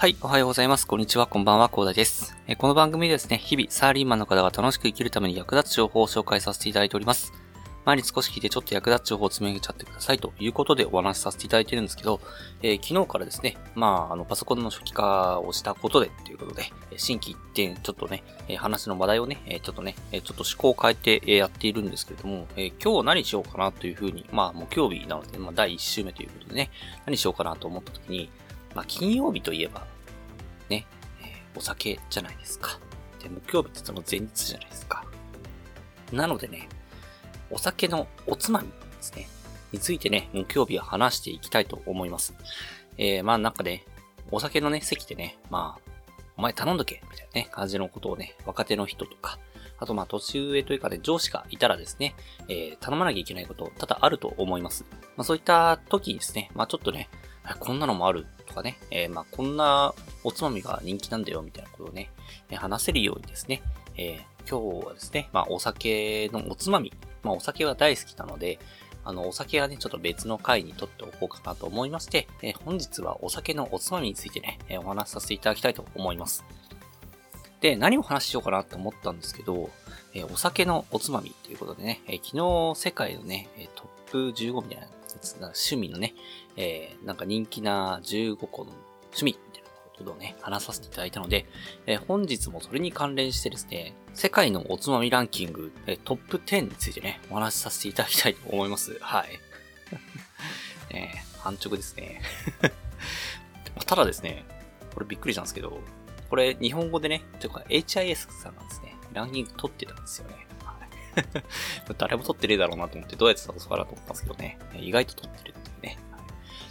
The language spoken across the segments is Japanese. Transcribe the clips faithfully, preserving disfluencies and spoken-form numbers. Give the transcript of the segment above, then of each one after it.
はい、おはようございます。こんにちは、こんばんは、コーダイです。えこの番組でですね、日々サラリーマンの方が楽しく生きるために役立つ情報を紹介させていただいております。毎日少し聞いてちょっと役立つ情報を積み上げちゃってくださいということでお話しさせていただいているんですけど、えー、昨日からですね、まあ、あの、パソコンの初期化をしたことでということで、新規一点、ちょっとね、話の話題をね、ちょっとね、ちょっと思考を変えてやっているんですけれども、えー、今日何しようかなというふうに、まあ、木曜日なので、まあ、だいいち週目ということでね、何しようかなと思った時に、まあ、金曜日といえば、ね、えー、お酒じゃないですか。で、木曜日ってその前日じゃないですか。なのでね、お酒のおつまみですね、についてね、木曜日は話していきたいと思います。えー、まあなんかね、お酒のね、席でね、まあ、お前頼んどけみたいなね、感じのことをね、若手の人とか、あとまあ年上というかね、上司がいたらですね、えー、頼まなきゃいけないこと多々あると思います。まあそういった時にですね、まあちょっとね、こんなのもあるとかね、えー、まあこんなおつまみが人気なんだよみたいなことをね、話せるようにですね、えー、今日はですね、まあお酒のおつまみ、まあお酒は大好きなので、あのお酒はね、ちょっと別の回にとっておこうかなと思いまして、えー、本日はお酒のおつまみについてね、えー、お話しさせていただきたいと思います。で、何を話しようかなと思ったんですけど、えー、お酒のおつまみということでね、えー、昨日世界のね、トップじゅうごみたいなやつ、趣味のね、えー、なんか人気なじゅうごこの趣味みたいなことをね、話させていただいたので、えー、本日もそれに関連してですね、世界のおつまみランキング、えー、トップじゅうについてね、お話しさせていただきたいと思います。はい。えー、安直ですね。ただですね、これびっくりしたんですけど、これ日本語でね、というか エイチアイエス さんがですね、ランキング取ってたんですよね。はい、誰も取ってねえだろうなと思ってどうやってたのかなと思ったんですけどね、意外と取ってるっていうね。はい、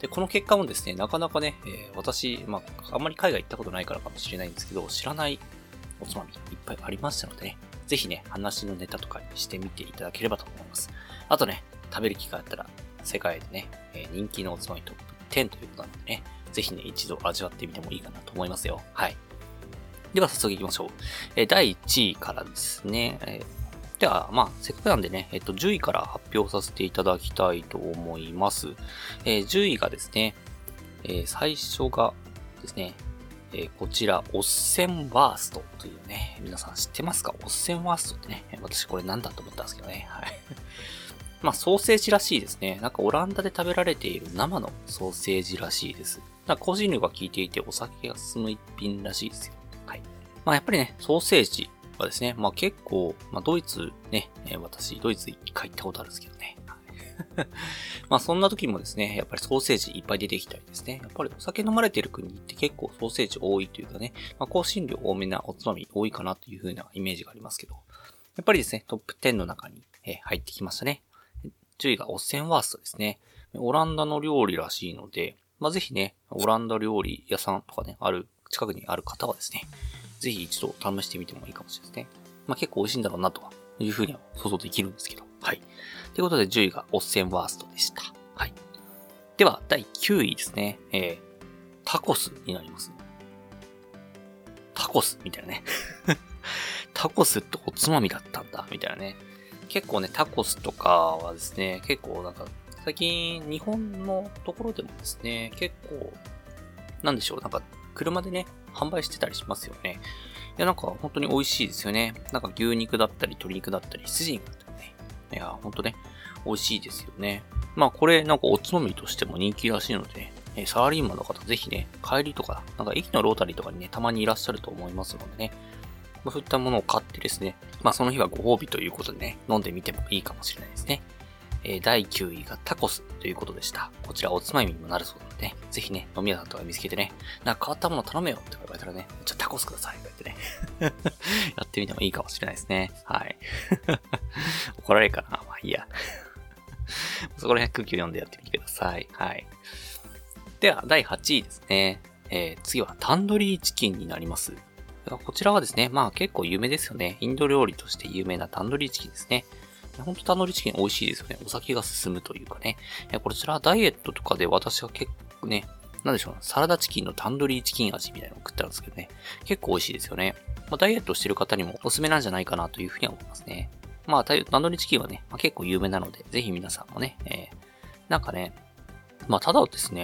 で、この結果もですね、なかなかね、えー、私、まあ、あんまり海外行ったことないからかもしれないんですけど、知らないおつまみいっぱいありましたのでね、ぜひね、話のネタとかにしてみていただければと思います。あとね、食べる機会あったら、世界でね、えー、人気のおつまみトップじゅうということなのでね、ぜひね、一度味わってみてもいいかなと思いますよ。はい。では早速行きましょう。えー、だいいちいからですね。えー、では、まあ、せっかくなんでね、えっと、じゅういから発表させていただきたいと思います。えー、じゅういがですね、えー、最初がですね、えー、こちら、オッセンワーストというね、皆さん知ってますか？オッセンワーストってね、私これなんだと思ったんですけどね。はい。まあ、ソーセージらしいですね。なんかオランダで食べられている生のソーセージらしいです。なんか香辛料が効いていてお酒が進む一品らしいですよ。はい。まあ、やっぱりね、ソーセージはですね、まあ結構、まあドイツね、えー、私ドイツ一回行ったことあるんですけどね。まあそんな時もですね、やっぱりソーセージいっぱい出てきたりですね。やっぱりお酒飲まれてる国って結構ソーセージ多いというかね、まあ香辛料多めなおつまみ多いかなという風なイメージがありますけど、やっぱりですね、トップじゅうの中に、えー、入ってきましたね。じゅういがオッセンワーストですね。オランダの料理らしいので、まあぜひね、オランダ料理屋さんとかね、ある、近くにある方はですね、ぜひ一度試してみてもいいかもしれないですね。まあ結構美味しいんだろうなというふうには想像できるんですけど。はい。ということでじゅういがオッセンワーストでした。はい。では、だいきゅういですね。えー、タコスになります。タコスみたいなね。タコスっておつまみだったんだ、みたいなね。結構ね、タコスとかはですね、結構なんか、最近日本のところでもですね、結構、なんでしょう、なんか車でね、販売してたりしますよね。いや、なんか本当に美味しいですよね。なんか牛肉だったり鶏肉だったり羊肉だったりね。いや、本当ね、美味しいですよね。まあこれなんかおつまみとしても人気らしいので、ね、サラリーマンの方ぜひね、帰りとか、なんか駅のロータリーとかにね、たまにいらっしゃると思いますのでね、まあ、そういったものを買ってですね、まあその日はご褒美ということでね、飲んでみてもいいかもしれないですね。えー、だいきゅういがタコスということでした。こちらおつまみにもなるそうなので、ね、ぜひね、飲み屋さんとか見つけてね、なんか変わったもの頼めよって言われたらね、じゃあタコスくださいって言ってね、やってみてもいいかもしれないですね。はい。怒られるかな？まあいいや。そこら辺空気を読んでやってみてください。はい。では、だいはちいですね。えー、次はタンドリーチキンになります。こちらはですね、まあ結構有名ですよね。インド料理として有名なタンドリーチキンですね。ほんとタンドリーチキン美味しいですよね。お酒が進むというかね。こちらダイエットとかで私は結構ね、なんでしょうね、サラダチキンのタンドリーチキン味みたいなのを食ったんですけどね。結構美味しいですよね。まあ、ダイエットしてる方にもおすすめなんじゃないかなというふうには思いますね。まあ、タンドリーチキンはね、まあ、結構有名なので、ぜひ皆さんもね、えー、なんかね、まあ、ただですね、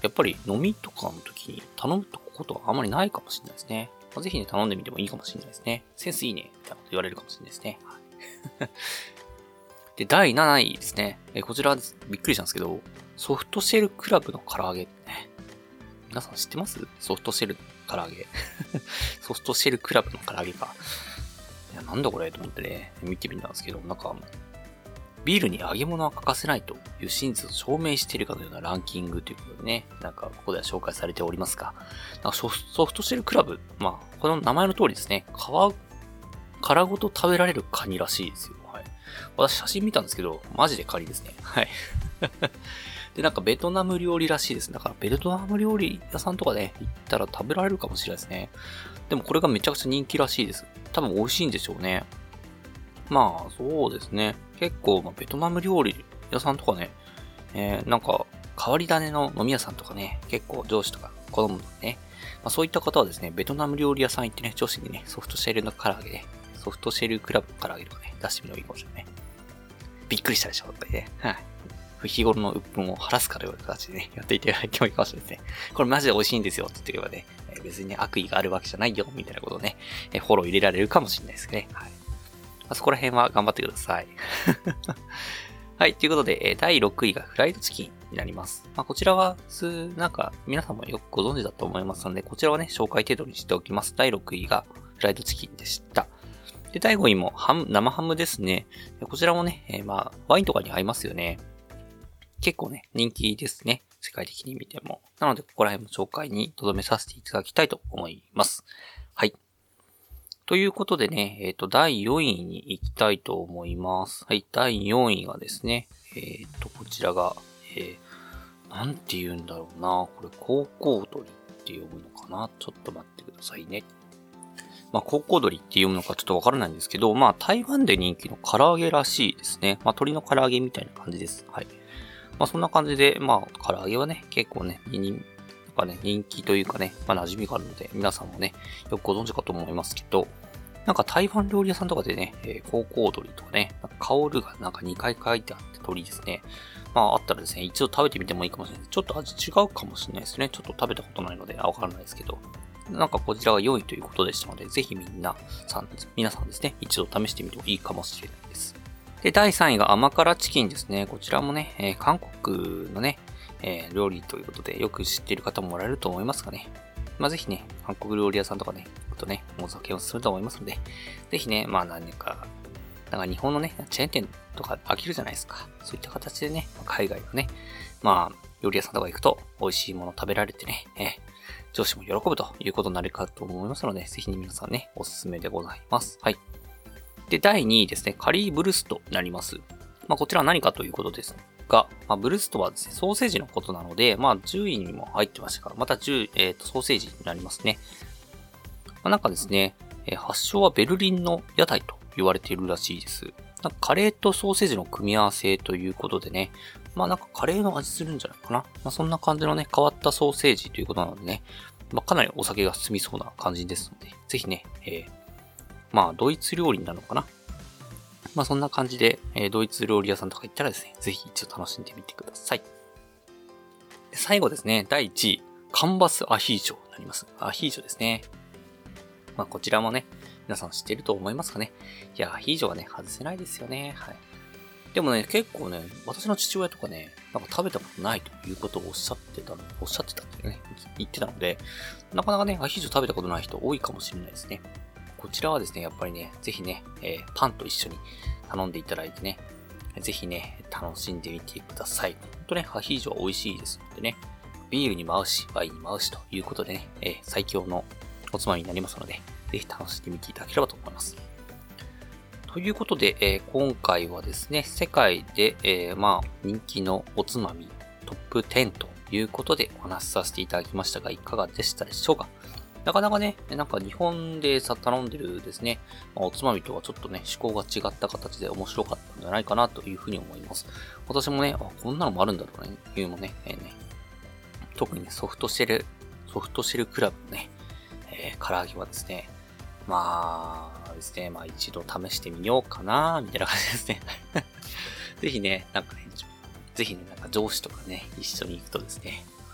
やっぱり飲みとかの時に頼むことはあまりないかもしれないですね。まあ、ぜひね、頼んでみてもいいかもしれないですね。センスいいね、みたいなこと言われるかもしれないですね。はい、で、だいなないですね。えこちらびっくりしたんですけど、ソフトシェルクラブの唐揚げね。皆さん知ってます？ソフトシェル唐揚げ。ソフトシェルクラブの唐揚げか。いや、なんだこれと思ってね、見てみたんですけど、なんか、ビールに揚げ物は欠かせないという真実を証明しているかのようなランキングということでね、なんかここでは紹介されておりますが、なんかソフトシェルクラブ、まあ、この名前の通りですね、皮、殻ごと食べられるカニらしいですよ。はい。私写真見たんですけど、マジでカニですね。はい。で、なんかベトナム料理らしいです。だからベトナム料理屋さんとかね、行ったら食べられるかもしれないですね。でもこれがめちゃくちゃ人気らしいです。多分美味しいんでしょうね。まあ、そうですね。結構、まあ、ベトナム料理屋さんとかね、えー、なんか、変わり種の飲み屋さんとかね、結構上司とか好むのでね、まあ、そういった方はですね、ベトナム料理屋さん行ってね、上司にね、ソフトシェルの唐揚げね、ソフトシェルクラブの唐揚げとかね、出してみるのがいいかもしれないね。びっくりしたでしょ、やっぱりね。はい。日頃の鬱憤を晴らすかのような形でね、やっていただいてもいいかもしれないですね。これマジで美味しいんですよって言って言えばね、別にね、悪意があるわけじゃないよ、みたいなことをね、フォロー入れられるかもしれないですね。はい。まあ、そこら辺は頑張ってください。はい。ということで、だいろくいがフライドチキンになります。まあ、こちらは、なんか、皆さんもよくご存知だと思いますので、こちらはね、紹介程度にしておきます。だいろくいがフライドチキンでした。で、だいごいもハム、生ハムですね。こちらもね、えー、まあ、ワインとかに合いますよね。結構ね、人気ですね。世界的に見ても。なので、ここら辺も紹介に留めさせていただきたいと思います。はい。ということでね、えっと、だいよんいに行きたいと思います。はい、だいよんいがですね、えっと、こちらが、えー、なんて言うんだろうな。これ、コウコウドリって読むのかな？ちょっと待ってくださいね。まあ、コウコウドリって読むのかちょっとわからないんですけど、まあ、台湾で人気の唐揚げらしいですね。まあ、鶏の唐揚げみたいな感じです。はい。まあ、そんな感じで、まあ、唐揚げはね、結構ね、なんかね、人気というかね、まあ、馴染みがあるので、皆さんもね、よくご存知かと思いますけど、なんか台湾料理屋さんとかでね、えー、コウコウドリとかね、香るがなんかにかい書いてあって鳥ですね。まああったらですね、一度食べてみてもいいかもしれないです。ちょっと味違うかもしれないですね。ちょっと食べたことないので、わからないですけど。なんかこちらがよんいということでしたので、ぜひみんなさん、皆さんですね、一度試してみてもいいかもしれないです。で、だいさんいが甘辛チキンですね。こちらもね、えー、韓国のね、えー、料理ということで、よく知っている方もおられると思いますかね。まあ、ぜひね、韓国料理屋さんとかね、行くとね、お酒をすると思いますので、ぜひね、まあ何か、なんか日本のね、チェーン店とか飽きるじゃないですか。そういった形でね、海外のね、まあ、料理屋さんとか行くと美味しいもの食べられてね、えー、上司も喜ぶということになるかと思いますので、ぜひね、皆さんね、おすすめでございます。はい。で、だいにいですね、カリーブルストになります。まあ、こちらは何かということですが、まあ、ブルストはですね、ソーセージのことなので、まあ、じゅういにも入ってましたから、またじゅう、えっと、ソーセージになりますね。まあ、なんかですね、えー、発祥はベルリンの屋台と言われているらしいです。なんかカレーとソーセージの組み合わせということでね、まあなんかカレーの味するんじゃないかな。まあそんな感じのね、変わったソーセージということなのでね、まあかなりお酒が進みそうな感じですので、ぜひね、えー、まあドイツ料理になるのかな。まあそんな感じで、えー、ドイツ料理屋さんとか行ったらですね、ぜひ一度楽しんでみてください。で最後ですね、だいいちい、カンバスアヒージョになります。アヒージョですね。まあこちらもね、皆さん知っていると思いますかね。いや、アヒージョはね、外せないですよね。はい。でもね、結構ね、私の父親とかね、なんか食べたことないということをおっしゃってたの、おっしゃってたってね、言ってたので、なかなかね、アヒージョ食べたことない人多いかもしれないですね。こちらはですね、やっぱりね、ぜひね、えー、パンと一緒に頼んでいただいてね、ぜひね、楽しんでみてください。ほんとね、アヒージョは美味しいですのでね、ビールにも合うし、ワインにも合うしということでね、えー、最強のおつまみになりますので、ぜひ楽しんでみていただければと思います。ということで、えー、今回はですね、世界で、えー、まあ、人気のおつまみトップじゅうということでお話しさせていただきましたが、いかがでしたでしょうか。なかなかね、なんか日本でさ、頼んでるですね、まあ、おつまみとはちょっとね、思考が違った形で面白かったんじゃないかなというふうに思います。私もね、あ、こんなのもあるんだろうね、いうのね、えー、ね、特にね、ソフトシェル、ソフトシェルクラブのね、えー、唐揚げはですね、まあですね、まあ一度試してみようかな、みたいな感じですね。ぜひね、なんかね、ぜひね、なんか上司とかね、一緒に行くとですね、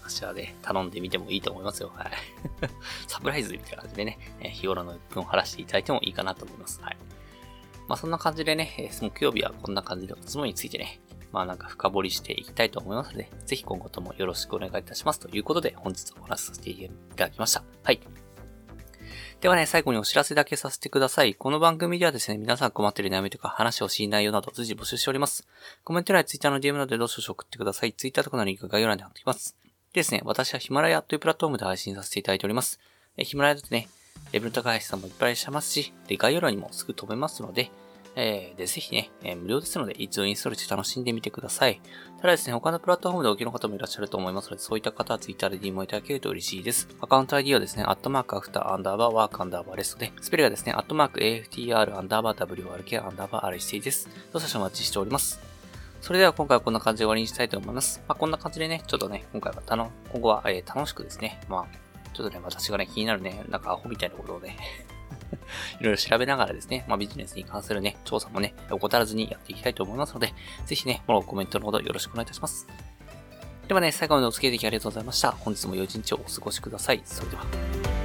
かしらで頼んでみてもいいと思いますよ。はい。サプライズみたいな感じでね、日頃の鬱憤を晴らしていただいてもいいかなと思います。はい。まあそんな感じでね、木曜日はこんな感じでおつもりについてね、まあなんか深掘りしていきたいと思いますので、ぜひ今後ともよろしくお願いいたしますということで、本日お話しさせていただきました。はい。ではね、最後にお知らせだけさせてください。この番組ではですね、皆さん困っている悩みとか話をしい内容など随時募集しております。コメント欄や Twitter の ディーエム などでどうしよう送ってください。Twitter とかのリンクが概要欄に貼っておきます。でですね、私はヒマラヤというプラットフォームで配信させていただいております。えヒマラヤだとね、レベル高い人さんもいっぱいいらっしゃいますし、で概要欄にもすぐ飛べますので、えー、で、ぜひね、えー、無料ですので、一度インストールして楽しんでみてください。ただですね、他のプラットフォームでお聞きの方もいらっしゃると思いますので、そういった方は Twitter で ディーエム をいただけると嬉しいです。アカウント アイディー はですね、アットマークアフターアンダーバーワークアンダーバーレストで、スペルがですね、アットマーク エーエフティーアール アンダーバー ダブリューアールケー アンダーバー アールエスティー です。どうぞお待ちしております。それでは今回はこんな感じで終わりにしたいと思います。まあ、こんな感じでね、ちょっとね、今回はたの、今後は、えー、楽しくですね、まあ、ちょっとね、私がね、気になるね、なんかアホみたいなことをね、いろいろ調べながらですね、まあ、ビジネスに関するね、調査もね、怠らずにやっていきたいと思いますので、ぜひね、フォロー、コメントのほどよろしくお願いいたします。ではね、最後までお付き合いいただきありがとうございました。本日も良い一日をお過ごしください。それでは。